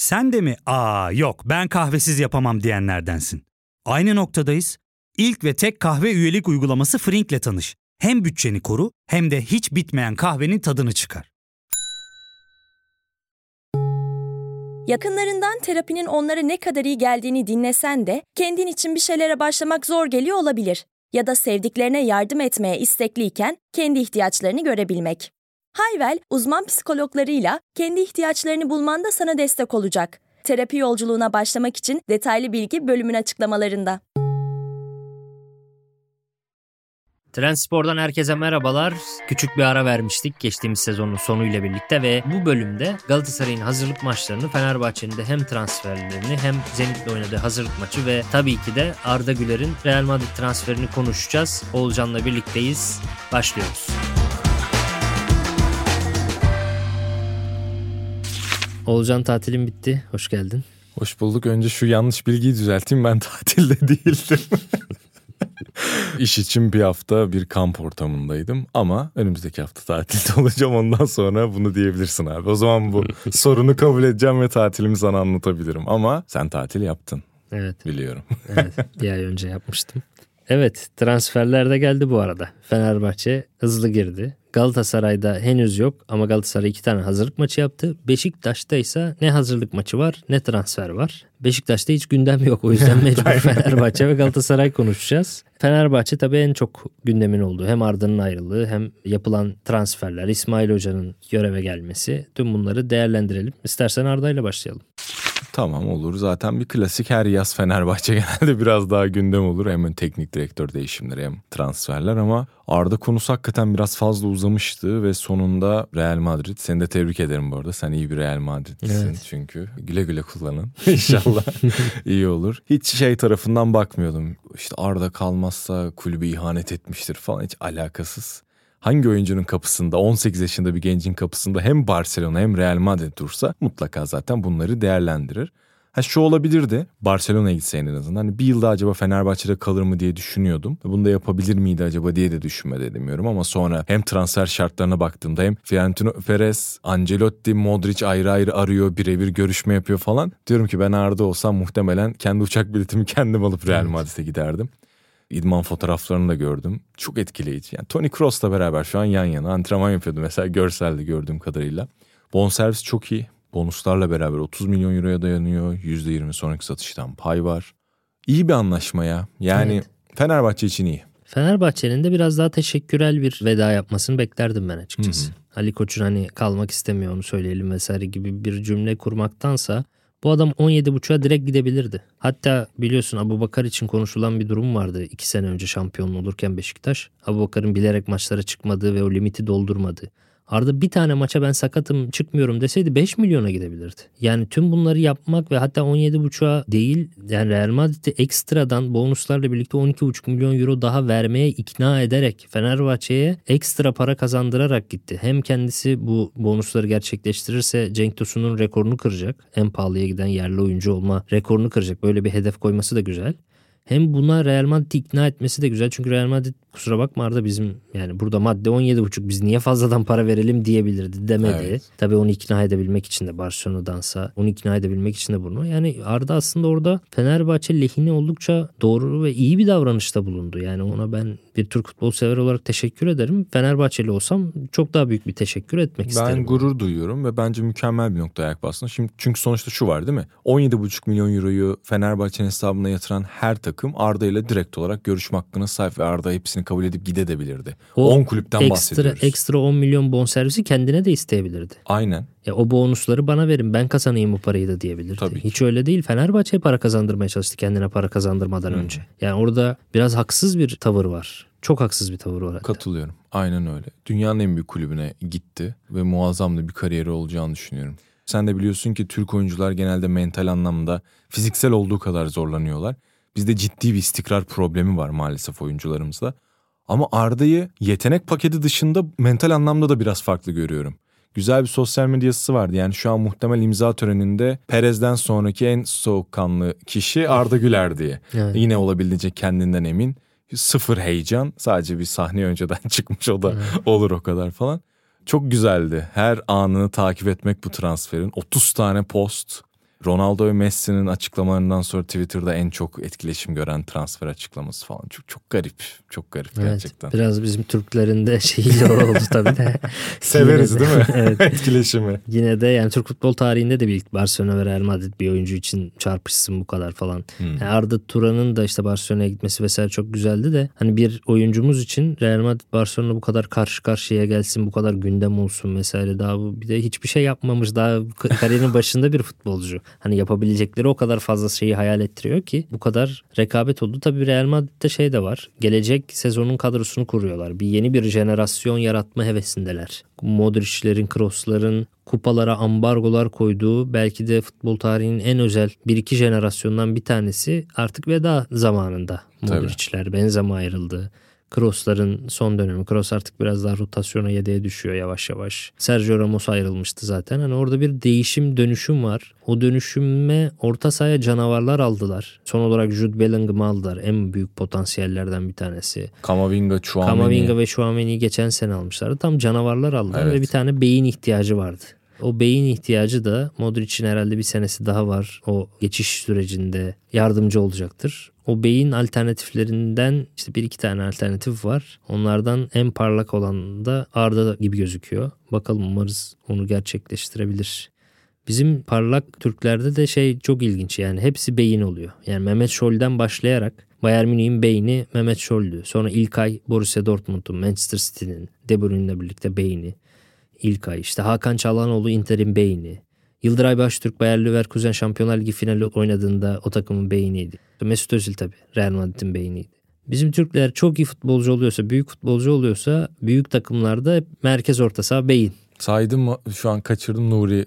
Sen de mi yok ben kahvesiz yapamam diyenlerdensin? Aynı noktadayız. İlk ve tek kahve üyelik uygulaması Frink'le tanış. Hem bütçeni koru hem de hiç bitmeyen kahvenin tadını çıkar. Yakınlarından terapinin onlara ne kadar iyi geldiğini dinlesen de kendin için bir şeylere başlamak zor geliyor olabilir. Ya da sevdiklerine yardım etmeye istekliyken kendi ihtiyaçlarını görebilmek. Hayvel, uzman psikologlarıyla kendi ihtiyaçlarını bulmanda sana destek olacak. Terapi yolculuğuna başlamak için detaylı bilgi bölümün açıklamalarında. Trendspor'dan herkese merhabalar. Küçük bir ara vermiştik geçtiğimiz sezonun sonuyla birlikte ve bu bölümde Galatasaray'ın hazırlık maçlarını, Fenerbahçe'nin de hem transferlerini hem Zenit'le oynadığı hazırlık maçı ve tabii ki de Arda Güler'in Real Madrid transferini konuşacağız. Oğulcan'la birlikteyiz. Başlıyoruz. Oğulcan, tatilin bitti. Hoş geldin. Hoş bulduk. Önce şu yanlış bilgiyi düzelteyim. Ben tatilde değildim. İş için bir hafta bir kamp ortamındaydım ama önümüzdeki hafta tatilde olacağım. Ondan sonra bunu diyebilirsin abi. O zaman bu sorunu kabul edeceğim ve tatilimi sana anlatabilirim. Ama sen tatil yaptın. Evet. Biliyorum. Evet, bir ay önce yapmıştım. Evet, transferler de geldi bu arada. Fenerbahçe hızlı girdi. Galatasaray'da henüz yok ama Galatasaray 2 tane hazırlık maçı yaptı. Beşiktaş'ta ise ne hazırlık maçı var ne transfer var. Beşiktaş'ta hiç gündem yok, o yüzden mecbur Fenerbahçe ve Galatasaray konuşacağız. Fenerbahçe tabii en çok gündemin olduğu, hem Arda'nın ayrılığı hem yapılan transferler, İsmail Hoca'nın göreve gelmesi, tüm bunları değerlendirelim. İstersen Arda'yla başlayalım. Tamam, olur. Zaten bir klasik, her yaz Fenerbahçe genelde biraz daha gündem olur. Hem teknik direktör değişimleri hem transferler ama Arda konusu hakikaten biraz fazla uzamıştı ve sonunda Real Madrid. Seni de tebrik ederim bu arada. Sen iyi bir Real Madrid'lisin, evet. Çünkü güle güle kullanın. İnşallah iyi olur. Hiç tarafından bakmıyordum. İşte Arda kalmazsa kulübü ihanet etmiştir falan, hiç alakasız. Hangi oyuncunun kapısında, 18 yaşında bir gencin kapısında hem Barcelona hem Real Madrid dursa mutlaka zaten bunları değerlendirir. Şu olabilirdi, Barcelona'ya gitse en azından. Hani bir yılda acaba Fenerbahçe'de kalır mı diye düşünüyordum. Bunu da yapabilir miydi acaba diye de düşünmedi edemiyorum. Ama sonra hem transfer şartlarına baktığımda hem Florentino Perez, Ancelotti, Modric ayrı ayrı arıyor, birebir görüşme yapıyor falan. Diyorum ki ben Arda olsam muhtemelen kendi uçak biletimi kendim alıp Real Madrid'e giderdim. İdman fotoğraflarını da gördüm. Çok etkileyici. Yani Toni Kroos'la beraber şu an yan yana antrenman yapıyordu mesela, görselde gördüğüm kadarıyla. Bonservis çok iyi. Bonuslarla beraber 30 milyon euroya dayanıyor. %20 sonraki satıştan pay var. İyi bir anlaşma ya. Yani evet. Fenerbahçe için iyi. Fenerbahçe'nin de biraz daha teşekkürel bir veda yapmasını beklerdim ben açıkçası. Hı-hı. Ali Koç'un kalmak istemiyor, onu söyleyelim vesaire gibi bir cümle kurmaktansa bu adam 17.5'a direkt gidebilirdi. Hatta biliyorsun Abubakar için konuşulan bir durum vardı 2 sene önce şampiyon olurken Beşiktaş. Abubakar'ın bilerek maçlara çıkmadığı ve o limiti doldurmadığı. Arda bir tane maça ben sakatım çıkmıyorum deseydi 5 milyona gidebilirdi. Yani tüm bunları yapmak ve hatta 17.5'a değil, yani Real Madrid'i ekstradan bonuslarla birlikte 12.5 milyon euro daha vermeye ikna ederek Fenerbahçe'ye ekstra para kazandırarak gitti. Hem kendisi bu bonusları gerçekleştirirse Cenk Tosun'un rekorunu kıracak. En pahalıya giden yerli oyuncu olma rekorunu kıracak. Böyle bir hedef koyması da güzel. Hem buna Real Madrid'i ikna etmesi de güzel. Çünkü Real Madrid, kusura bakma Arda, bizim yani burada madde 17.5, biz niye fazladan para verelim diyebilirdi, demedi. Evet. Tabii onu ikna edebilmek için de Barcelona'dansa onu ikna edebilmek için de bunu. Yani Arda aslında orada Fenerbahçe lehine oldukça doğru ve iyi bir davranışta bulundu. Yani ona ben bir Türk futbol sever olarak teşekkür ederim. Fenerbahçeli olsam çok daha büyük bir teşekkür etmek isterim. Ben gurur duyuyorum ve bence mükemmel bir noktaya ayak bastın. Şimdi çünkü sonuçta şu var değil mi? 17.5 milyon euroyu Fenerbahçe'nin hesabına yatıran her takım Arda ile direkt olarak görüşme hakkına sahip ve Arda hepsini kabul edip gidebilirdi. 10 kulüpten bahsediyoruz. Ekstra 10 milyon bonservisi kendine de isteyebilirdi. Aynen. O bonusları bana verin, ben kazanayım bu parayı da diyebilirdi. Tabii. Hiç öyle değil. Fenerbahçe'ye para kazandırmaya çalıştı kendine para kazandırmadan önce. Yani orada biraz haksız bir tavır var. Çok haksız bir tavır var. Katılıyorum. Aynen öyle. Dünyanın en büyük kulübüne gitti ve muazzam da bir kariyeri olacağını düşünüyorum. Sen de biliyorsun ki Türk oyuncular genelde mental anlamda fiziksel olduğu kadar zorlanıyorlar. Bizde ciddi bir istikrar problemi var maalesef oyuncularımızda. Ama Arda'yı yetenek paketi dışında mental anlamda da biraz farklı görüyorum. Güzel bir sosyal medyası vardı. Yani şu an muhtemel imza töreninde Perez'den sonraki en soğukkanlı kişi Arda Güler diye. Evet. Yine olabildiğince kendinden emin. Sıfır heyecan. Sadece bir sahne önceden çıkmış, o da olur o kadar falan. Çok güzeldi. Her anını takip etmek bu transferin. 30 tane post. Ronaldo ve Messi'nin açıklamalarından sonra Twitter'da en çok etkileşim gören transfer açıklaması falan. Çok garip. Çok garip gerçekten. Evet, biraz bizim Türklerin de şeyi oldu tabii de. Severiz değil mi? Evet. Etkileşimi. Yine de yani Türk futbol tarihinde de bir ilk Barcelona ve Real Madrid bir oyuncu için çarpışsın bu kadar falan. Yani Arda Turan'ın da işte Barcelona'ya gitmesi vesaire çok güzeldi de hani bir oyuncumuz için Real Madrid Barcelona bu kadar karşı karşıya gelsin, bu kadar gündem olsun vesaire, daha bu bir de hiçbir şey yapmamış, daha kariyerinin başında bir futbolcu. Hani yapabilecekleri o kadar fazla şeyi hayal ettiriyor ki bu kadar rekabet oldu. Tabii Real Madrid'de şey de var. Gelecek sezonun kadrosunu kuruyorlar. Yeni bir jenerasyon yaratma hevesindeler. Modric'lerin, Kroos'ların kupalara ambargolar koyduğu belki de futbol tarihinin en özel 1-2 jenerasyondan bir tanesi artık veda zamanında. Modric'ler, Benzema ayrıldı. Kroos'ların son dönemi. Kroos artık biraz daha rotasyona, yedeğe düşüyor yavaş yavaş. Sergio Ramos ayrılmıştı zaten. Hani orada bir değişim, dönüşüm var. O dönüşüme orta sahaya canavarlar aldılar. Son olarak Jude Bellingham'ı aldılar. En büyük potansiyellerden bir tanesi. Camavinga ve Tchouaméni'yi geçen sene almışlardı. Tam canavarlar aldılar ve bir tane beyin ihtiyacı vardı. O beyin ihtiyacı da Modric'in herhalde bir senesi daha var. O geçiş sürecinde yardımcı olacaktır. O beyin alternatiflerinden işte 1-2 tane alternatif var. Onlardan en parlak olan da Arda gibi gözüküyor. Bakalım, umarız onu gerçekleştirebilir. Bizim parlak Türklerde de şey çok ilginç, yani hepsi beyin oluyor. Yani Mehmet Scholl'den başlayarak Bayern Münih'in beyni Mehmet Scholl'dü. Sonra İlkay Borussia Dortmund'un, Manchester City'nin, De Bruyne'le birlikte beyni. İlkay, işte Hakan Çalhanoğlu Inter'in beyni. Yıldıray Baştürk Bayer Leverkusen Şampiyonlar Ligi finali oynadığında o takımın beyniydi. Mesut Özil tabii Real Madrid'in beyniydi. Bizim Türkler çok iyi futbolcu oluyorsa, büyük futbolcu oluyorsa büyük takımlarda hep merkez orta saha beyin. Saydım mı? Şu an kaçırdım. Nuri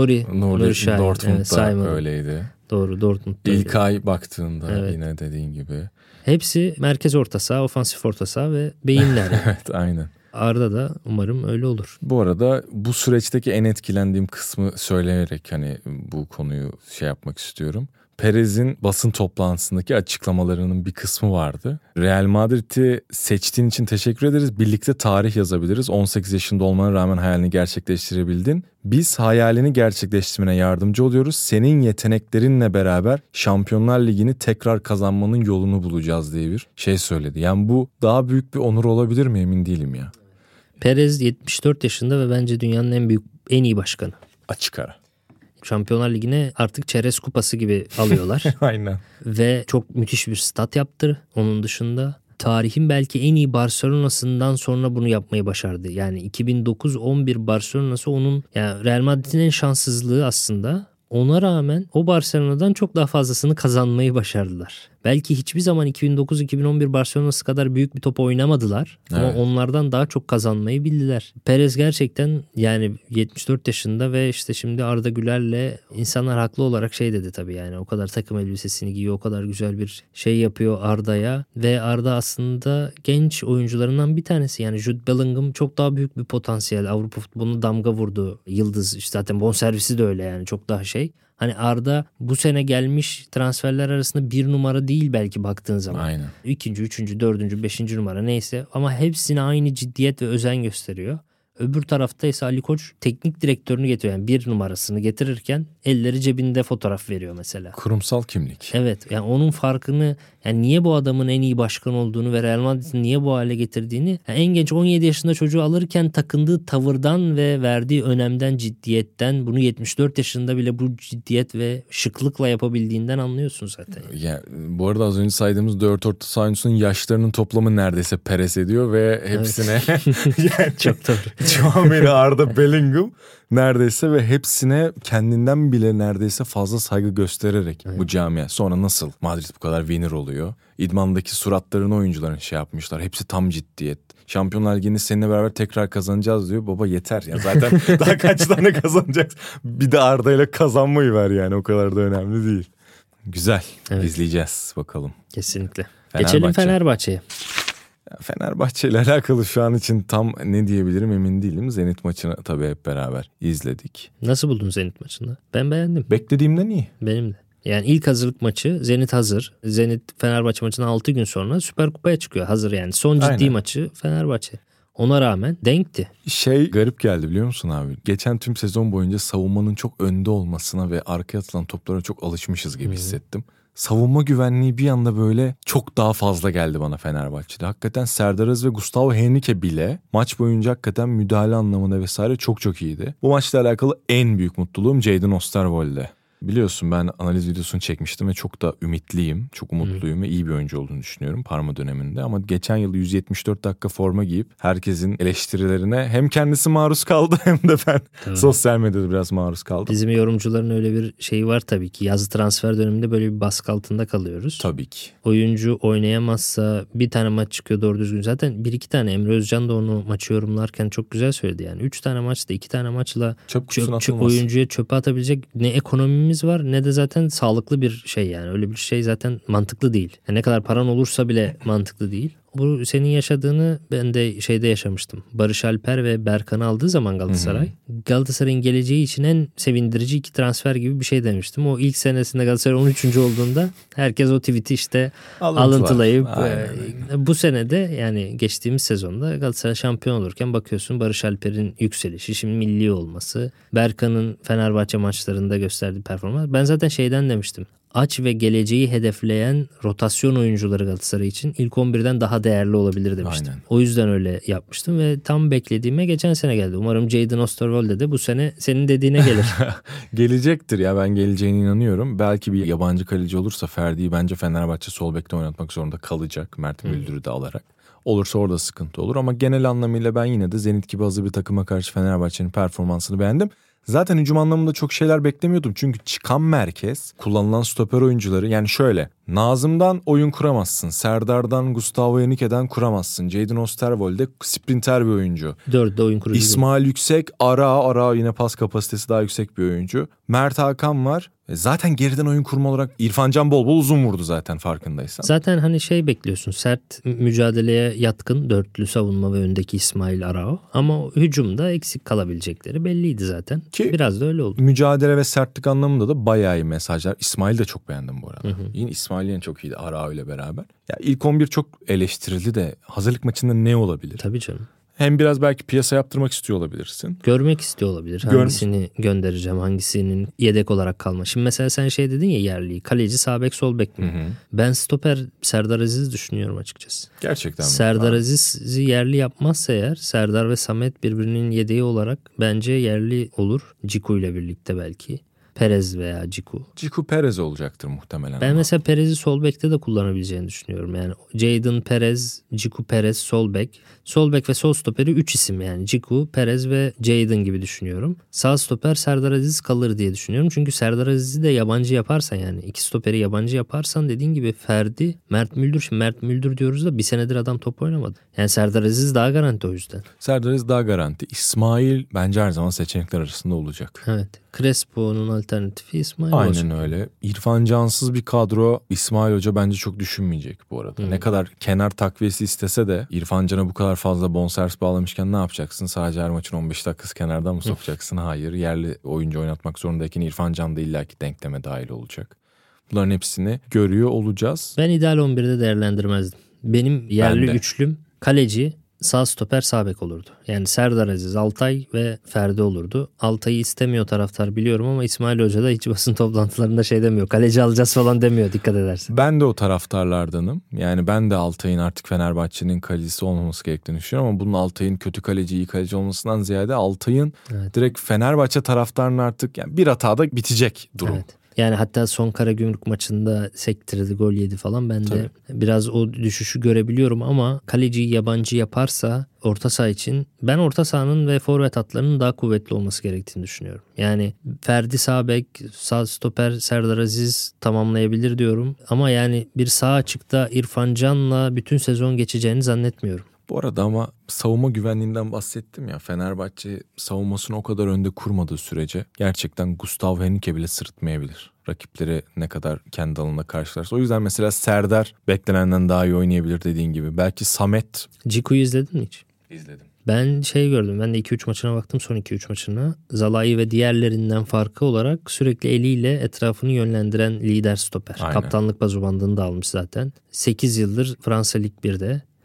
Şahin. Dortmund'da evet, öyleydi. Doğru, Dortmund'da. İlkay baktığında yine dediğin gibi. Hepsi merkez orta saha, ofansif orta saha ve beyinler. Evet, aynen. Arda da umarım öyle olur. Bu arada bu süreçteki en etkilendiğim kısmı söyleyerek hani bu konuyu yapmak istiyorum. Perez'in basın toplantısındaki açıklamalarının bir kısmı vardı. Real Madrid'i seçtiğin için teşekkür ederiz. Birlikte tarih yazabiliriz. 18 yaşında olmana rağmen hayalini gerçekleştirebildin. Biz hayalini gerçekleştirmene yardımcı oluyoruz. Senin yeteneklerinle beraber Şampiyonlar Ligi'ni tekrar kazanmanın yolunu bulacağız diye bir şey söyledi. Yani bu daha büyük bir onur olabilir mi, emin değilim ya. Perez 74 yaşında ve bence dünyanın en iyi başkanı. Açık ara. Şampiyonlar Ligi'ne artık çerez kupası gibi alıyorlar. Aynen. Ve çok müthiş bir stat yaptı. Onun dışında tarihin belki en iyi Barcelona'sından sonra bunu yapmayı başardı. Yani 2009-11 Barcelona'sı onun, yani Real Madrid'in en şanssızlığı aslında. Ona rağmen o Barcelona'dan çok daha fazlasını kazanmayı başardılar. Belki hiçbir zaman 2009-2011 Barcelona'sı kadar büyük bir top oynamadılar. Ama onlardan daha çok kazanmayı bildiler. Perez gerçekten yani 74 yaşında ve işte şimdi Arda Güler'le insanlar haklı olarak şey dedi tabii, yani o kadar takım elbisesini giyiyor, o kadar güzel bir şey yapıyor Arda'ya. Ve Arda aslında genç oyuncularından bir tanesi. Yani Jude Bellingham çok daha büyük bir potansiyel. Avrupa futboluna damga vurdu. Yıldız, işte zaten bonservisi de öyle, yani çok daha şey. Hani Arda bu sene gelmiş transferler arasında bir numara değil belki baktığın zaman. Aynen. 2., 3., 4., 5. numara neyse ama hepsine aynı ciddiyet ve özen gösteriyor. Öbür tarafta ise Ali Koç teknik direktörünü getiriyor. Yani 1 numarasını getirirken elleri cebinde fotoğraf veriyor mesela. Kurumsal kimlik. Evet, yani onun farkını, yani niye bu adamın en iyi başkan olduğunu ve Real Madrid'i niye bu hale getirdiğini, yani en genç 17 yaşında çocuğu alırken takındığı tavırdan ve verdiği önemden, ciddiyetten, bunu 74 yaşında bile bu ciddiyet ve şıklıkla yapabildiğinden anlıyorsun zaten. Ya, bu arada az önce saydığımız 4 orta saha oyuncusunun yaşlarının toplamı neredeyse Perez ediyor ve hepsine yani, çok doğru. Tchouaméni, Arda, Bellingham neredeyse ve hepsine kendinden bile neredeyse fazla saygı göstererek bu camia. Sonra nasıl Madrid bu kadar winner oluyor? İdmandaki suratlarını oyuncuların yapmışlar. Hepsi tam ciddiyet. Şampiyonlar Ligi'ni seninle beraber tekrar kazanacağız diyor. Baba yeter ya, zaten daha kaç tane kazanacaksın? Bir de Arda ile kazanmayı ver, yani o kadar da önemli değil. Güzel. Evet. İzleyeceğiz bakalım. Kesinlikle. Geçelim Fenerbahçe'ye. Fenerbahçe ile alakalı şu an için tam ne diyebilirim emin değilim. Zenit maçını tabii hep beraber izledik. Nasıl buldun Zenit maçını? Ben beğendim. Beklediğimden iyi. Benim de. Yani ilk hazırlık maçı Zenit hazır. Zenit Fenerbahçe maçından 6 gün sonra Süper Kupa'ya çıkıyor hazır yani. Son ciddi maçı Fenerbahçe. Ona rağmen denkti. Garip geldi biliyor musun abi? Geçen tüm sezon boyunca savunmanın çok önde olmasına ve arkaya atılan toplara çok alışmışız gibi hissettim. Savunma güvenliği bir anda böyle çok daha fazla geldi bana Fenerbahçe'de. Hakikaten Serdar Aziz ve Gustavo Henrique bile maç boyunca hakikaten müdahale anlamında vesaire çok çok iyiydi. Bu maçla alakalı en büyük mutluluğum Jadon Osterwolde. Biliyorsun ben analiz videosunu çekmiştim ve çok da ümitliyim, çok umutluyum ve iyi bir oyuncu olduğunu düşünüyorum Parma döneminde. Ama geçen yıl 174 dakika forma giyip herkesin eleştirilerine hem kendisi maruz kaldı hem de ben sosyal medyada biraz maruz kaldım. Bizim yorumcuların öyle bir şeyi var tabii ki. Yaz transfer döneminde böyle bir baskı altında kalıyoruz. Tabii ki. Oyuncu oynayamazsa bir tane maç çıkıyor doğru düzgün. Zaten bir iki tane Emre Özcan da onu maçı yorumlarken çok güzel söyledi yani. 3 tane maçta 2 tane maçla oyuncuya çöpe atabilecek ne ekonomimiz var ne de zaten sağlıklı bir şey yani. Öyle bir şey zaten mantıklı değil. Yani ne kadar paran olursa bile mantıklı değil. Bu senin yaşadığını ben de şeyde yaşamıştım. Barış Alper ve Berkan'ı aldığı zaman Galatasaray. Galatasaray'ın geleceği için en sevindirici 2 transfer gibi bir şey demiştim. O ilk senesinde Galatasaray 13. olduğunda herkes o tweet'i işte alıntılayıp bu senede yani geçtiğimiz sezonda Galatasaray şampiyon olurken bakıyorsun Barış Alper'in yükselişi, şimdi milli olması, Berkan'ın Fenerbahçe maçlarında gösterdiği performans. Ben zaten şeyden demiştim. Aç ve geleceği hedefleyen rotasyon oyuncuları Galatasaray için ilk 11'den daha değerli olabilir demiştim. Aynen. O yüzden öyle yapmıştım ve tam beklediğime geçen sene geldi. Umarım Jadon Osterwolde de bu sene senin dediğine gelir. Gelecektir ya, ben geleceğine inanıyorum. Belki bir yabancı kaleci olursa Ferdi'yi bence Fenerbahçe sol bekte oynatmak zorunda kalacak. Mert Müldür'ü de alarak. Olursa orada sıkıntı olur ama genel anlamıyla ben yine de Zenit gibi hazır bir takıma karşı Fenerbahçe'nin performansını beğendim. Zaten hücum anlamında çok şeyler beklemiyordum. Çünkü çıkan merkez, kullanılan stoper oyuncuları yani şöyle. Nazım'dan oyun kuramazsın. Serdar'dan, Gustavo Henrique'den kuramazsın. Jadon Osterwolde sprinter bir oyuncu. 4'de oyun kurucu. İsmail Yüksek, Ara yine pas kapasitesi daha yüksek bir oyuncu. Mert Hakan var. Zaten geriden oyun kurma olarak İrfan Can bol uzun vurdu zaten farkındaysan. Zaten hani bekliyorsun, sert mücadeleye yatkın dörtlü savunma ve öndeki İsmail Arao. Ama hücumda eksik kalabilecekleri belliydi zaten. Ki biraz da öyle oldu. Mücadele ve sertlik anlamında da bayağı iyi mesajlar. İsmail de çok beğendim bu arada. Yine İsmail'in çok iyiydi Arao ile beraber. Ya ilk 11 çok eleştirildi de hazırlık maçında ne olabilir? Tabii canım. Hem biraz belki piyasa yaptırmak istiyor olabilirsin. Görmek istiyor olabilir. Hangisini göndereceğim, hangisinin yedek olarak kalma. Şimdi mesela sen dedin ya yerliyi. Kaleci sağ bek sol bek mi? Ben stoper Serdar Aziz düşünüyorum açıkçası. Gerçekten mi? Serdar Aziz'i yerli yapmazsa eğer Serdar ve Samet birbirinin yedeği olarak bence yerli olur. Ciku ile birlikte belki. Perez veya Ciku. Ciku Perez olacaktır muhtemelen. Ben mesela Perez'i sol bekte de kullanabileceğini düşünüyorum. Yani Jadon Perez, Ciku Perez sol bek. Sol bek ve sol stoperi 3 isim yani. Ciku, Perez ve Jadon gibi düşünüyorum. Sağ stoper Serdar Aziz kalır diye düşünüyorum. Çünkü Serdar Aziz'i de yabancı yaparsan yani 2 stoperi yabancı yaparsan dediğin gibi Ferdi, Mert Müldür. Şimdi Mert Müldür diyoruz da bir senedir adam top oynamadı. Yani Serdar Aziz daha garanti o yüzden. Serdar Aziz daha garanti. İsmail bence her zaman seçenekler arasında olacak. Evet. Crespo'nun alternatifi İsmail Aynen olacak. öyle. İrfan Cansız bir kadro İsmail Hoca bence çok düşünmeyecek bu arada. Ne kadar kenar takviyesi istese de İrfan Can'a bu kadar fazla bonservis bağlamışken ne yapacaksın? Sadece her maçın 15 dakikası kenardan mı sokacaksın? Hayır. Yerli oyuncu oynatmak zorundayken İrfan Can da illaki denkleme dahil olacak. Bunların hepsini görüyor olacağız. Ben ideal 11'de değerlendirmezdim. Benim yerli üçlüm kaleci, sağ stoper, sağ bek olurdu. Yani Serdar Aziz, Altay ve Ferdi olurdu. Altay'ı istemiyor taraftar biliyorum ama İsmail Hoca da hiç basın toplantılarında demiyor. Kaleci alacağız falan demiyor, dikkat edersin. Ben de o taraftarlardanım. Yani ben de Altay'ın artık Fenerbahçe'nin kalecisi olmaması gerektiğini düşünüyorum ama bunun Altay'ın kötü kaleci, iyi kaleci olmasından ziyade Altay'ın direkt Fenerbahçe taraftarının artık yani bir hatada bitecek durum. Evet. Yani hatta son Karagümrük maçında sektirdi, gol yedi falan. Ben de biraz o düşüşü görebiliyorum ama kaleciyi yabancı yaparsa orta saha için ben orta sahanın ve forvet hatlarının daha kuvvetli olması gerektiğini düşünüyorum. Yani Ferdi sağ bek, sağ stoper Serdar Aziz tamamlayabilir diyorum. Ama yani bir sağ açıkta İrfan Can'la bütün sezon geçeceğini zannetmiyorum. Bu arada ama savunma güvenliğinden bahsettim ya. Fenerbahçe savunmasını o kadar önde kurmadığı sürece gerçekten Gustavo Henrique bile sırıtmayabilir. Rakipleri ne kadar kendi alanında karşılarsa. O yüzden mesela Serdar beklenenden daha iyi oynayabilir dediğin gibi. Belki Samet. Ciku'yu izledin mi hiç? İzledim. Ben gördüm. Ben de 2-3 maçına baktım, son 2-3 maçına. Zalai ve diğerlerinden farkı olarak sürekli eliyle etrafını yönlendiren lider stoper. Aynen. Kaptanlık bazubandını da almış zaten. 8 yıldır Fransa Lig 1'de.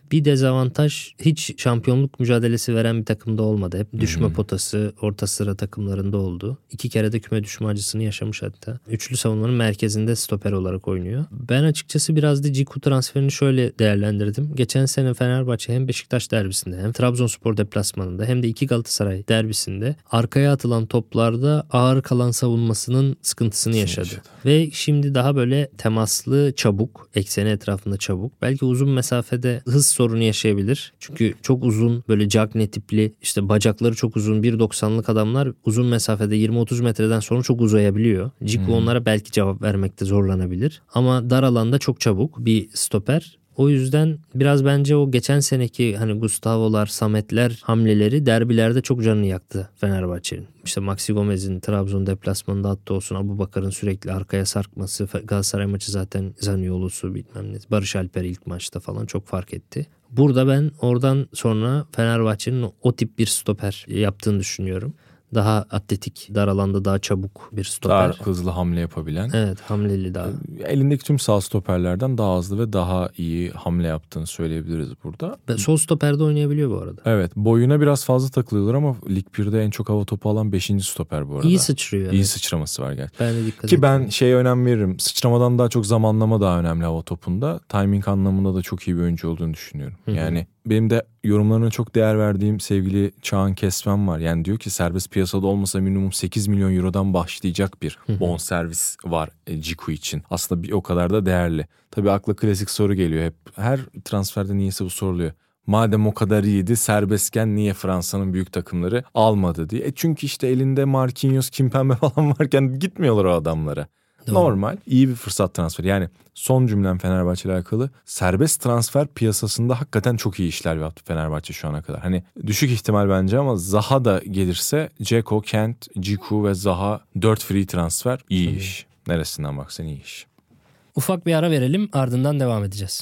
bir dezavantaj, hiç şampiyonluk mücadelesi veren bir takımda olmadı. Hep düşme potası orta sıra takımlarında oldu. 2 kere de küme düşme acısını yaşamış hatta. Üçlü savunmanın merkezinde stoper olarak oynuyor. Ben açıkçası biraz da Džiku transferini şöyle değerlendirdim. Geçen sene Fenerbahçe hem Beşiktaş derbisinde hem Trabzonspor deplasmanında hem de 2 Galatasaray derbisinde arkaya atılan toplarda ağır kalan savunmasının sıkıntısını yaşadı. Ve şimdi daha böyle temaslı, çabuk, ekseni etrafında çabuk. Belki uzun mesafede hız sorunu yaşayabilir. Çünkü çok uzun, böyle Cagne tipli, işte bacakları çok uzun 1.90'lık adamlar uzun mesafede 20-30 metreden sonra çok uzayabiliyor. Džiku onlara belki cevap vermekte zorlanabilir. Ama dar alanda çok çabuk bir stoper. O yüzden biraz bence o geçen seneki hani Gustavo'lar, Sametler hamleleri derbilerde çok canını yaktı Fenerbahçe'nin. İşte Maxi Gomez'in Trabzon deplasmanında hatta olsun, Abubakar'ın sürekli arkaya sarkması, Galatasaray maçı zaten Zaniolo'su bilmem ne. Barış Alper ilk maçta falan çok fark etti. Burada ben oradan sonra Fenerbahçe'nin o tip bir stoper yaptığını düşünüyorum. Daha atletik, dar alanda daha çabuk bir stoper. Daha hızlı hamle yapabilen. Evet, hamleli daha. Elindeki tüm sağ stoperlerden daha hızlı ve daha iyi hamle yaptığını söyleyebiliriz burada. Sol stoperde oynayabiliyor bu arada. Evet, boyuna biraz fazla takılıyorlar ama Lig 1'de en çok hava topu alan 5. stoper bu arada. İyi sıçrıyor. İyi sıçraması var gerçekten. Ben de dikkat Ki ben şeye önem veririm. Sıçramadan daha çok zamanlama daha önemli hava topunda. Timing anlamında da çok iyi bir oyuncu olduğunu düşünüyorum. Yani benim de yorumlarına çok değer verdiğim sevgili Çağan Kesmen var. Yani diyor ki serbest piyasada olmasa minimum 8 milyon eurodan başlayacak bir bonservis var Džiku için. Aslında bir o kadar da değerli. Tabii akla klasik soru geliyor hep. Her transferde niyeyse bu soruluyor. Madem o kadar iyiydi, serbestken niye Fransa'nın büyük takımları almadı diye. Çünkü işte elinde Marquinhos, Kimpembe falan varken gitmiyorlar o adamlara. Doğru. Normal, iyi bir fırsat transferi. Yani son cümlem Fenerbahçe ile alakalı. Serbest transfer piyasasında hakikaten çok iyi işler yaptı Fenerbahçe şu ana kadar. Hani düşük ihtimal bence ama Zaha da gelirse Dzeko, Kent, Džiku ve Zaha 4 free transfer iyi iş. Neresinden baksan iyi iş. Ufak bir ara verelim, ardından devam edeceğiz.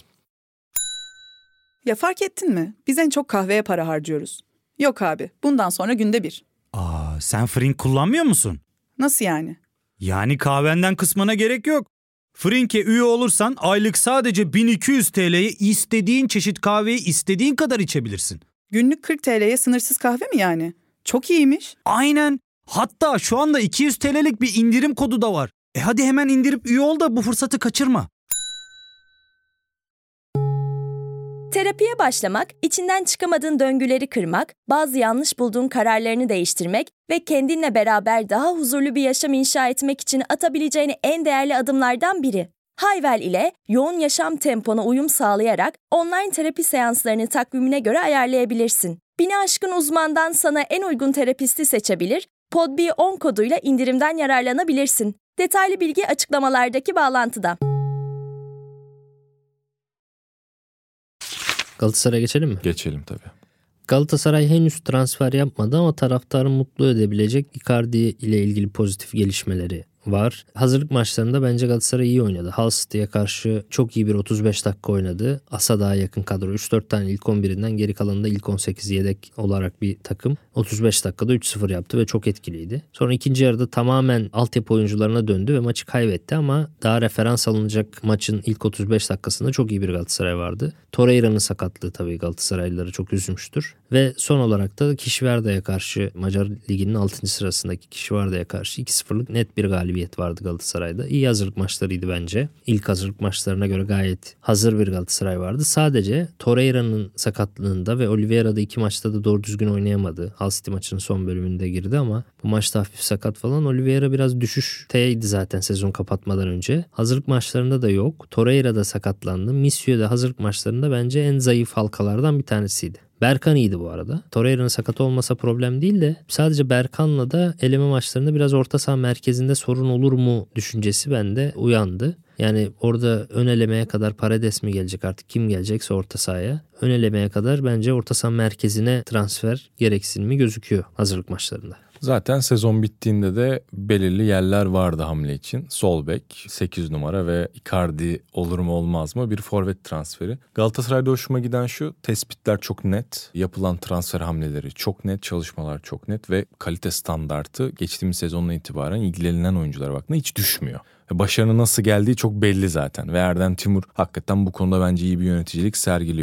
Ya fark ettin mi? Biz en çok kahveye para harcıyoruz. Yok abi, bundan sonra günde 1. Sen Frink kullanmıyor musun? Nasıl yani? Yani kahvenden kısmına gerek yok. Frink'e üye olursan aylık sadece 1200 TL'ye istediğin çeşit kahveyi istediğin kadar içebilirsin. Günlük 40 TL'ye sınırsız kahve mi yani? Çok iyiymiş. Aynen. Hatta şu anda 200 TL'lik bir indirim kodu da var. Hadi hemen indirip üye ol da bu fırsatı kaçırma. Terapiye başlamak, içinden çıkamadığın döngüleri kırmak, bazı yanlış bulduğun kararlarını değiştirmek ve kendinle beraber daha huzurlu bir yaşam inşa etmek için atabileceğin en değerli adımlardan biri. Hayvel ile yoğun yaşam tempona uyum sağlayarak online terapi seanslarını takvimine göre ayarlayabilirsin. 1000'i aşkın uzmandan sana en uygun terapisti seçebilir, PODB10 koduyla indirimden yararlanabilirsin. Detaylı bilgi açıklamalardaki bağlantıda. Galatasaray'a geçelim mi? Geçelim tabii. Galatasaray henüz transfer yapmadı ama taraftarı mutlu edebilecek Icardi ile ilgili pozitif gelişmeleri var. Hazırlık maçlarında bence Galatasaray iyi oynadı. Hull City'ye karşı çok iyi bir 35 dakika oynadı. As'a daha yakın kadro. 3-4 tane ilk 11'inden geri kalanında ilk 18 yedek olarak bir takım. 35 dakikada 3-0 yaptı ve çok etkiliydi. Sonra ikinci yarıda tamamen altyapı oyuncularına döndü ve maçı kaybetti ama daha referans alınacak maçın ilk 35 dakikasında çok iyi bir Galatasaray vardı. Torreira'nın sakatlığı tabii Galatasaraylıları çok üzmüştür. Ve son olarak da Kişverda'ya karşı Macar Ligi'nin 6. sırasındaki Kişverda'ya karşı 2-0'lık net bir galibiyet vardı Galatasaray'da. İyi hazırlık maçlarıydı bence. İlk hazırlık maçlarına göre gayet hazır bir Galatasaray vardı. Sadece Torreira'nın sakatlığında ve Oliveira'da 2 maçta da doğru düzgün oynayamadı. Hull City maçının son bölümünde girdi ama bu maçta hafif sakat falan. Oliveira biraz düşüşteydi zaten sezon kapatmadan önce. Hazırlık maçlarında da yok. Torreira da sakatlandı. Misio da hazırlık maçlarında bence en zayıf halkalardan bir tanesiydi. Berkan iyiydi bu arada. Torreira'nın sakat olmasa problem değil de sadece Berkan'la da eleme maçlarında biraz orta saha merkezinde sorun olur mu düşüncesi bende uyandı. Yani orada ön elemeye kadar Paredes mi gelecek artık kim gelecekse orta sahaya. Ön elemeye kadar bence orta saha merkezine transfer gereksinimi gözüküyor hazırlık maçlarında. Zaten sezon bittiğinde de belirli yerler vardı hamle için. Sol bek, 8 numara ve Icardi olur mu olmaz mı bir forvet transferi. Galatasaray'da hoşuma giden şu, tespitler çok net, yapılan transfer hamleleri çok net, çalışmalar çok net ve kalite standartı geçtiğimiz sezondan itibaren ilgilenilen oyunculara baktığında hiç düşmüyor. Ve başarının nasıl geldiği çok belli zaten ve Erden Timur hakikaten bu konuda bence iyi bir yöneticilik sergiliyor.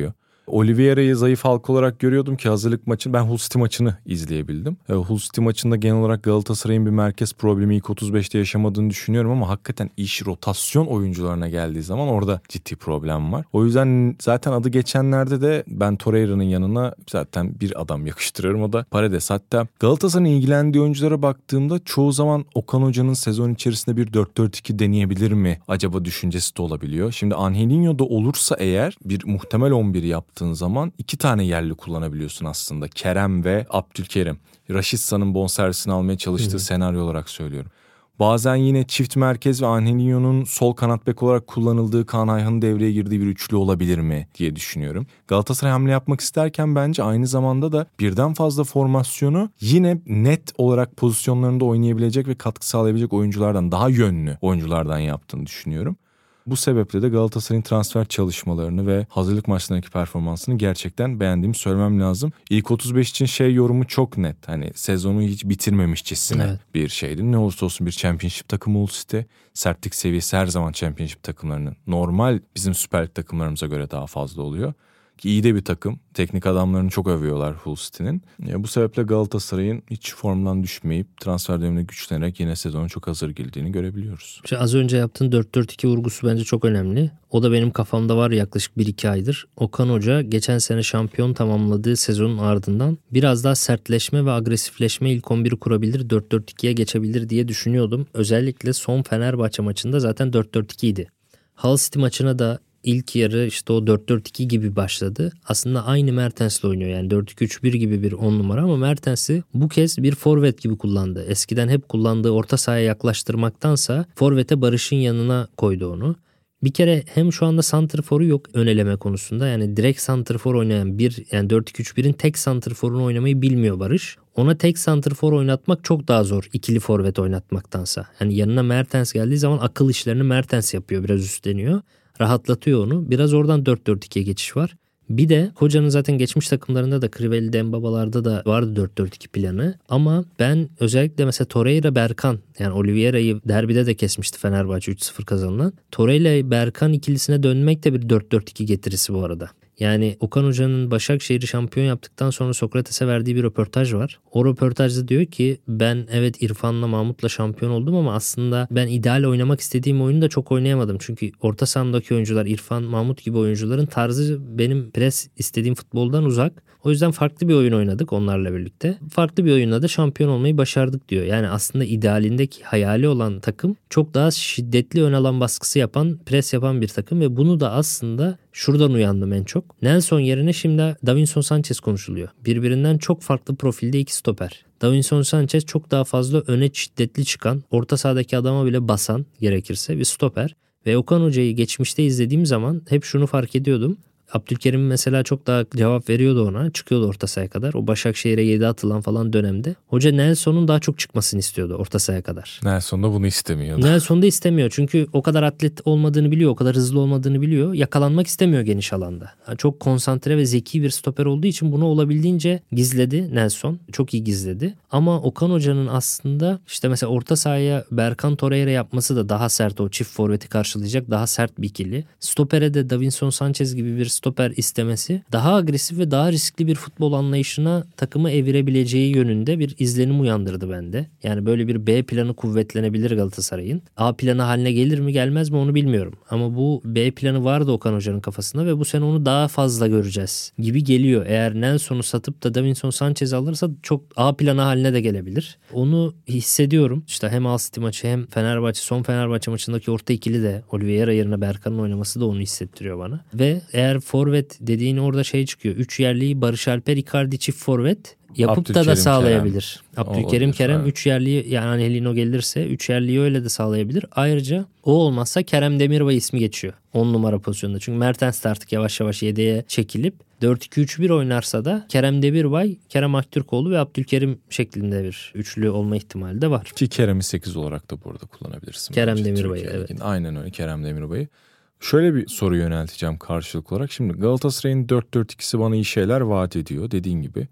Oliveira'yı zayıf halka olarak görüyordum ki hazırlık maçını, ben Hull City maçını izleyebildim. Hull City maçında genel olarak Galatasaray'ın bir merkez problemi ilk 35'te yaşamadığını düşünüyorum ama hakikaten iş rotasyon oyuncularına geldiği zaman orada ciddi problem var. O yüzden zaten adı geçenlerde de ben Torreira'nın yanına zaten bir adam yakıştırıyorum, o da Paredes. Hatta Galatasaray'ın ilgilendiği oyunculara baktığımda çoğu zaman Okan Hoca'nın sezon içerisinde bir 4-4-2 deneyebilir mi acaba düşüncesi de olabiliyor. Şimdi Angelinho da olursa eğer bir muhtemel 11 yaptığın zaman 2 tane yerli kullanabiliyorsun aslında. Kerem ve Abdülkerim. Raşitsa'nın bonservisini almaya çalıştığı senaryo olarak söylüyorum. Bazen yine çift merkez ve Angelinho'nun sol kanat bek olarak kullanıldığı, Kaan Ayhan'ın devreye girdiği bir üçlü olabilir mi diye düşünüyorum. Galatasaray hamle yapmak isterken bence aynı zamanda da birden fazla formasyonu yine net olarak pozisyonlarında oynayabilecek ve katkı sağlayabilecek oyunculardan, daha yönlü oyunculardan yaptığını düşünüyorum. Bu sebeple de Galatasaray'ın transfer çalışmalarını ve hazırlık maçlarındaki performansını gerçekten beğendiğimi söylemem lazım. İlk 35 için yorumu çok net. Hani sezonu hiç bitirmemişçesine bir şeydi. Ne olursa olsun bir Championship takımı Hull City. Sertlik seviyesi her zaman Championship takımlarının normal bizim Süper Lig takımlarımıza göre daha fazla oluyor. Ki iyi de bir takım. Teknik adamlarını çok övüyorlar Hull City'nin. Bu sebeple Galatasaray'ın hiç formdan düşmeyip transfer dönemine güçlenerek yine sezona çok hazır girdiğini görebiliyoruz. Az önce yaptığın 4-4-2 vurgusu bence çok önemli. O da benim kafamda var yaklaşık 1-2 aydır. Okan Hoca geçen sene şampiyon tamamladığı sezonun ardından biraz daha sertleşme ve agresifleşme ilk 11'i kurabilir, 4-4-2'ye geçebilir diye düşünüyordum. Özellikle son Fenerbahçe maçında zaten 4-4-2 idi. Hull City maçına da İlk yarı işte o 4-4-2 gibi başladı. Aslında aynı Mertens'le oynuyor. Yani 4-2-3-1 gibi bir 10 numara ama Mertens'i bu kez bir forvet gibi kullandı. Eskiden hep kullandığı orta sahaya yaklaştırmaktansa forvete Barış'ın yanına koydu onu. Bir kere hem şu anda santrforu yok ön eleme konusunda. Yani direkt santrfor oynayan yani 4-2-3-1'in tek santrforunu oynamayı bilmiyor Barış. Ona tek santrfor oynatmak çok daha zor ikili forvet oynatmaktansa. Yani yanına Mertens geldiği zaman akıl işlerini Mertens yapıyor, biraz üstleniyor. Rahatlatıyor onu. Biraz oradan 4-4-2'ye geçiş var. Bir de Hoca'nın zaten geçmiş takımlarında da Crivelli'de, Mbabalar'da da vardı 4-4-2 planı. Ama ben özellikle mesela Torreira, Berkan, yani Oliveira'yı derbide de kesmişti Fenerbahçe 3-0 kazanılan. Torreira, Berkan ikilisine dönmek de bir 4-4-2 getirisi bu arada. Yani Okan Hoca'nın Başakşehir'i şampiyon yaptıktan sonra Sokrates'e verdiği bir röportaj var. O röportajda diyor ki ben evet İrfan'la Mahmut'la şampiyon oldum ama aslında ben ideal oynamak istediğim oyunu da çok oynayamadım. Çünkü orta sahamdaki oyuncular, İrfan, Mahmut gibi oyuncuların tarzı benim pres istediğim futboldan uzak. O yüzden farklı bir oyun oynadık onlarla birlikte. Farklı bir oyunla da şampiyon olmayı başardık diyor. Yani aslında idealindeki hayali olan takım çok daha şiddetli ön alan baskısı yapan, pres yapan bir takım ve bunu da aslında şuradan uyandım en çok. Nelson yerine şimdi Davinson Sanchez konuşuluyor. Birbirinden çok farklı profilde iki stoper. Davinson Sanchez çok daha fazla öne şiddetli çıkan, orta sahadaki adama bile basan gerekirse bir stoper. Ve Okan Hoca'yı geçmişte izlediğim zaman hep şunu fark ediyordum. Abdülkerim mesela çok daha cevap veriyordu ona. Çıkıyordu orta sahaya kadar. O Başakşehir'e 7 atılan falan dönemde. Hoca Nelson'un daha çok çıkmasını istiyordu orta sahaya kadar. Nelson da bunu istemiyordu. Nelson da istemiyor. Çünkü o kadar atlet olmadığını biliyor. O kadar hızlı olmadığını biliyor. Yakalanmak istemiyor geniş alanda. Çok konsantre ve zeki bir stoper olduğu için bunu olabildiğince gizledi Nelson. Çok iyi gizledi. Ama Okan Hoca'nın aslında işte mesela orta sahaya Berkan Torreira yapması da daha sert, o çift forveti karşılayacak daha sert bir ikili. Stopere de Davinson Sanchez gibi bir stoper istemesi daha agresif ve daha riskli bir futbol anlayışına takımı evirebileceği yönünde bir izlenim uyandırdı bende. Yani böyle bir B planı kuvvetlenebilir Galatasaray'ın. A planı haline gelir mi gelmez mi onu bilmiyorum. Ama bu B planı vardı Okan Hoca'nın kafasında ve bu sene onu daha fazla göreceğiz gibi geliyor. Eğer Nelson'u satıp da Davinson Sanchez alırsa çok A planı haline de gelebilir. Onu hissediyorum. İşte hem Hull City maçı hem son Fenerbahçe maçındaki orta ikili de Oliveira yerine Berkan'ın oynaması da onu hissettiriyor bana. Ve eğer forvet dediğin orada çıkıyor. 3 yerliyi Barış Alper, Icardi çift forvet yapıp da sağlayabilir. Abdülkerim, Kerem 3 yerliyi, yani Helino gelirse 3 yerliyi öyle de sağlayabilir. Ayrıca o olmazsa Kerem Demirbay ismi geçiyor 10 numara pozisyonunda. Çünkü Mertens de artık yavaş yavaş yedeğe çekilip 4-2-3-1 oynarsa da Kerem Demirbay, Kerem Aktürkoğlu ve Abdülkerim şeklinde bir üçlü olma ihtimali de var. Ki Kerem'i 8 olarak da burada kullanabilirsin. Kerem Demirbay'ı evet. Aynen öyle, Kerem Demirbay'ı. Şöyle bir soru yönelteceğim karşılıklı olarak. Şimdi Galatasaray'ın 4-4-2'si bana iyi şeyler vaat ediyor dediğin gibi.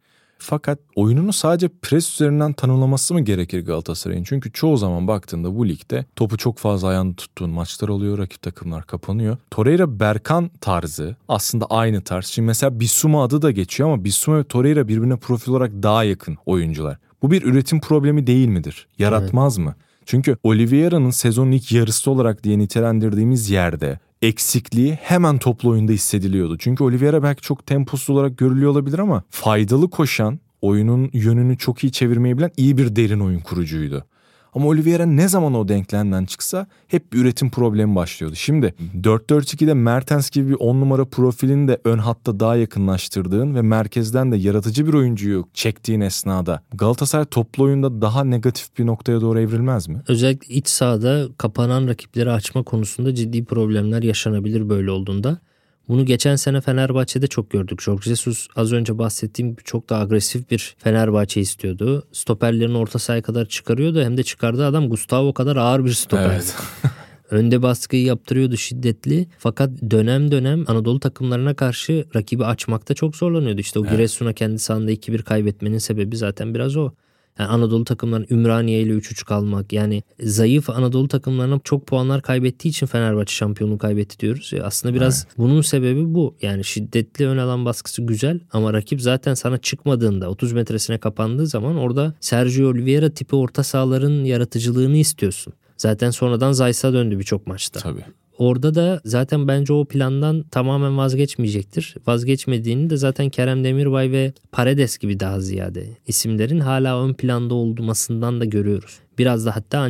Fakat oyununu sadece pres üzerinden tanımlaması mı gerekir Galatasaray'ın? Çünkü çoğu zaman baktığında bu ligde topu çok fazla ayağında tuttuğun maçlar oluyor. Rakip takımlar kapanıyor. Torreira Berkan tarzı aslında aynı tarz. Şimdi mesela Bissouma adı da geçiyor ama Bissouma ve Torreira birbirine profil olarak daha yakın oyuncular. Bu bir üretim problemi değil midir? Yaratmaz mı? Çünkü Oliveira'nın sezonun ilk yarısı olarak diye nitelendirdiğimiz yerde eksikliği hemen toplu oyunda hissediliyordu. Çünkü Oliveira belki çok temposuz olarak görülüyor olabilir ama faydalı koşan, oyunun yönünü çok iyi çevirmeyi bilen iyi bir derin oyun kurucuydu. Ama Oliveira ne zaman o denklemden çıksa hep bir üretim problemi başlıyordu. Şimdi 4-4-2'de Mertens gibi bir 10 numara profilini de ön hatta daha yakınlaştırdığın ve merkezden de yaratıcı bir oyuncuyu çektiğin esnada Galatasaray toplu oyunda daha negatif bir noktaya doğru evrilmez mi? Özellikle iç sahada kapanan rakipleri açma konusunda ciddi problemler yaşanabilir böyle olduğunda. Bunu geçen sene Fenerbahçe'de çok gördük. Jorge Jesus az önce bahsettiğim gibi çok daha agresif bir Fenerbahçe istiyordu. Stoperlerini orta sahaya kadar çıkarıyordu. Hem de çıkardığı adam Gustavo kadar ağır bir stoperdi. Evet. Önde baskıyı yaptırıyordu şiddetli. Fakat dönem dönem Anadolu takımlarına karşı rakibi açmakta çok zorlanıyordu. İşte o Giresun'a kendi sahanda 2-1 kaybetmenin sebebi zaten biraz o. Yani Anadolu takımlarının Ümraniye ile 3-3 kalmak, yani zayıf Anadolu takımlarına çok puanlar kaybettiği için Fenerbahçe şampiyonluğu kaybetti diyoruz. Aslında biraz bunun sebebi bu. Yani şiddetli ön alan baskısı güzel ama rakip zaten sana çıkmadığında 30 metresine kapandığı zaman orada Sergio Oliveira tipi orta sahaların yaratıcılığını istiyorsun. Zaten sonradan Zayt'a döndü birçok maçta. Tabii. Orada da zaten bence o plandan tamamen vazgeçmeyecektir. Vazgeçmediğini de zaten Kerem Demirbay ve Paredes gibi daha ziyade isimlerin hala ön planda olmasından da görüyoruz. Biraz da hatta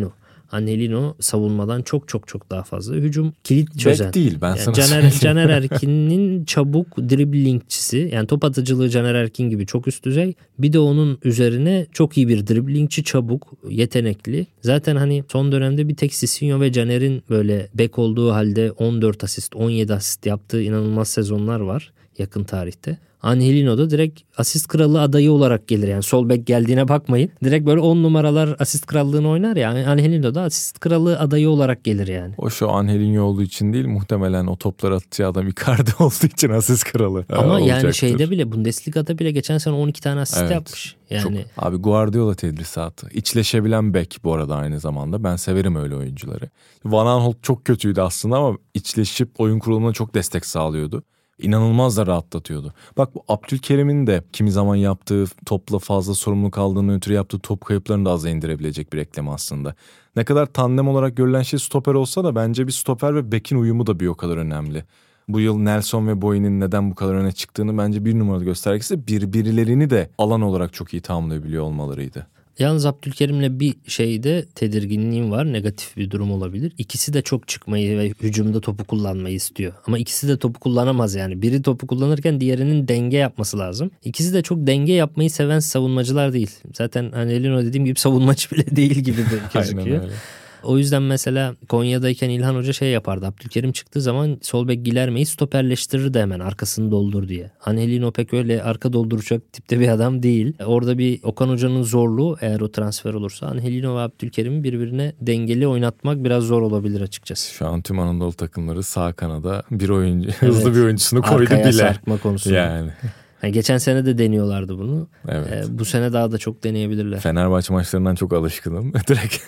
Angelino savunmadan çok daha fazla hücum kilit çözen. Bek değil ben yani sana Caner Erkin'in çabuk driblingçisi, yani top atıcılığı Caner Erkin gibi çok üst düzey. Bir de onun üzerine çok iyi bir driblingçi, çabuk, yetenekli. Zaten hani son dönemde bir tek Sisinho ve Caner'in böyle bek olduğu halde 14 asist 17 asist yaptığı inanılmaz sezonlar var yakın tarihte. Angelino da direkt asist kralı adayı olarak gelir. Yani sol bek geldiğine bakmayın. Direkt böyle 10 numaralar asist krallığını oynar ya. Yani Angelino da asist kralı adayı olarak gelir yani. O şu Angelino olduğu için değil, muhtemelen o topları atacağı adam Icardi olduğu için asist kralı. Ama olacaktır. Yani şeyde bile, Bundesliga'da bile geçen sene 12 tane asist yapmış. Yani çok, abi Guardiola tedrisatı. İçleşebilen bek bu arada aynı zamanda. Ben severim öyle oyuncuları. Van Aanholt çok kötüydü aslında ama içleşip oyun kurulumuna çok destek sağlıyordu. İnanılmaz da rahatlatıyordu. Bak bu Abdülkerim'in de kimi zaman yaptığı, topla fazla sorumluluk aldığını ötürü yaptığı top kayıplarını da aza indirebilecek bir ekleme aslında. Ne kadar tandem olarak görülen şey stoper olsa da bence bir stoper ve bekin uyumu da bir o kadar önemli. Bu yıl Nelson ve Boyen'in neden bu kadar öne çıktığını bence bir numaralı göstergesi birbirlerini de alan olarak çok iyi tamamlayabiliyor olmalarıydı. Yalnız Abdülkerim'le bir şeyde tedirginliğim var. Negatif bir durum olabilir. İkisi de çok çıkmayı ve hücumda topu kullanmayı istiyor. Ama ikisi de topu kullanamaz yani. Biri topu kullanırken diğerinin denge yapması lazım. İkisi de çok denge yapmayı seven savunmacılar değil. Zaten Angelino dediğim gibi savunmacı bile değil gibi de gözüküyor. Aynen öyle. O yüzden mesela Konya'dayken İlhan Hoca şey yapardı. Abdülkerim çıktığı zaman sol bek Gilerme'yi stoperleştirirdi hemen arkasını doldur diye. Angelino pek öyle arka dolduracak tipte bir adam değil. Orada bir Okan Hoca'nın zorluğu, eğer o transfer olursa Angelino ve Abdülkerim'i birbirine dengeli oynatmak biraz zor olabilir açıkçası. Şu an tüm Anadolu takımları sağ kanada bir oyuncu, hızlı bir oyuncusunu koydu arkaya bile. sarkma konusunda. Yani. Geçen sene de deniyorlardı bunu. Evet. Bu sene daha da çok deneyebilirler. Fenerbahçe maçlarından çok alışkınım. Direkt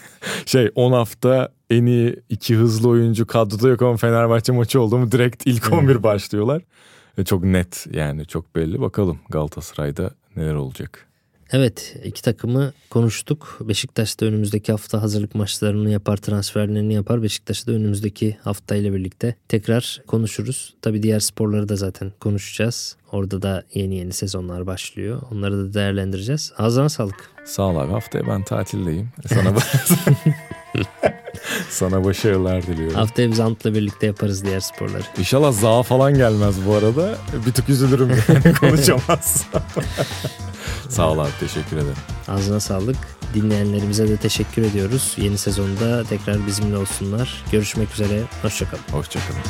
10 hafta en iyi 2 hızlı oyuncu kadroda yok ama Fenerbahçe maçı oldu mu direkt ilk 11 başlıyorlar. Çok net, yani çok belli. Bakalım Galatasaray'da neler olacak. Evet, iki takımı konuştuk. Beşiktaş da önümüzdeki hafta hazırlık maçlarını yapar, transferlerini yapar. Beşiktaş da önümüzdeki haftayla birlikte tekrar konuşuruz. Tabii diğer sporları da zaten konuşacağız. Orada da yeni sezonlar başlıyor. Onları da değerlendireceğiz. Ağzına sağlık. Sağ ol abi, haftaya ben tatildeyim. Sana başarılar diliyorum. Haftaya biz Ant'la birlikte yaparız diğer sporları. İnşallah Zaha falan gelmez bu arada. Bir tık üzülürüm yani konuşamaz. Sağ ol abi, teşekkür ederim. Ağzına sağlık. Dinleyenlerimize de teşekkür ediyoruz. Yeni sezonda tekrar bizimle olsunlar. Görüşmek üzere. Hoşçakalın. Hoşçakalın.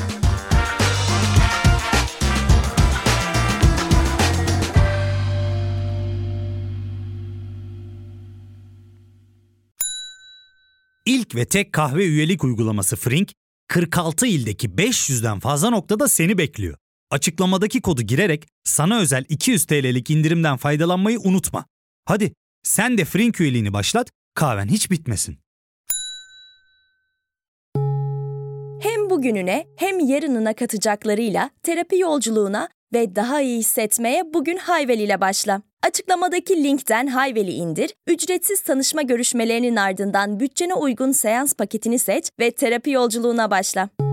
İlk ve tek kahve üyelik uygulaması Frink, 46 ildeki 500'den fazla noktada seni bekliyor. Açıklamadaki kodu girerek sana özel 200 TL'lik indirimden faydalanmayı unutma. Hadi sen de Frink üyeliğini başlat, kahven hiç bitmesin. Hem bugününe hem yarınına katacaklarıyla terapi yolculuğuna ve daha iyi hissetmeye bugün Hayvel ile başla. Açıklamadaki linkten Hayvel'i indir, ücretsiz tanışma görüşmelerinin ardından bütçene uygun seans paketini seç ve terapi yolculuğuna başla.